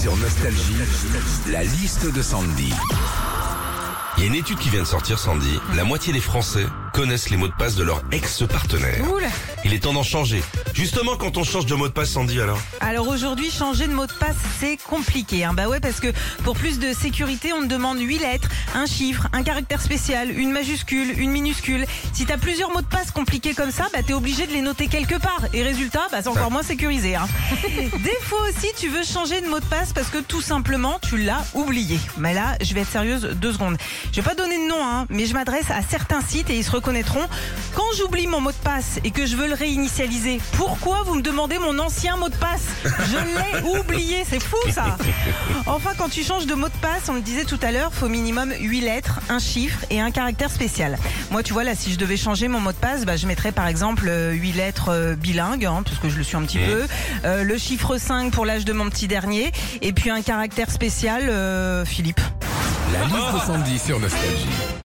Sur Nostalgie, la liste de Sandy. Il y a une étude qui vient de sortir, Sandy. La moitié des Français connaissent les mots de passe de leur ex-partenaire. Oula. Il est temps d'en changer. Justement, quand on change de mot de passe, Sandy, Alors aujourd'hui, changer de mot de passe, c'est compliqué. Bah ouais, parce que pour plus de sécurité, on te demande 8 lettres, un chiffre, un caractère spécial, une majuscule, une minuscule. Si t'as plusieurs mots de passe compliqués comme ça, t'es obligé de les noter quelque part. Et résultat, c'est encore moins sécurisé. Des fois aussi, tu veux changer de mot de passe parce que tout simplement, tu l'as oublié. Mais là, je vais être sérieuse 2 secondes. Je vais pas donner de nom, mais je m'adresse à certains sites et ils se reconnaîtront. Quand j'oublie mon mot de passe et que je veux le réinitialiser, pourquoi vous me demandez mon ancien mot de passe? Je l'ai oublié, c'est fou ça. Enfin, quand tu changes de mot de passe, on le disait tout à l'heure, faut minimum 8 lettres, un chiffre et un caractère spécial. Moi, tu vois, là, si je devais changer mon mot de passe, je mettrais par exemple 8 lettres bilingues, parce que je le suis un petit peu, le chiffre 5 pour l'âge de mon petit dernier, et puis un caractère spécial, Philippe. La liste de Sandy sur Nostalgie.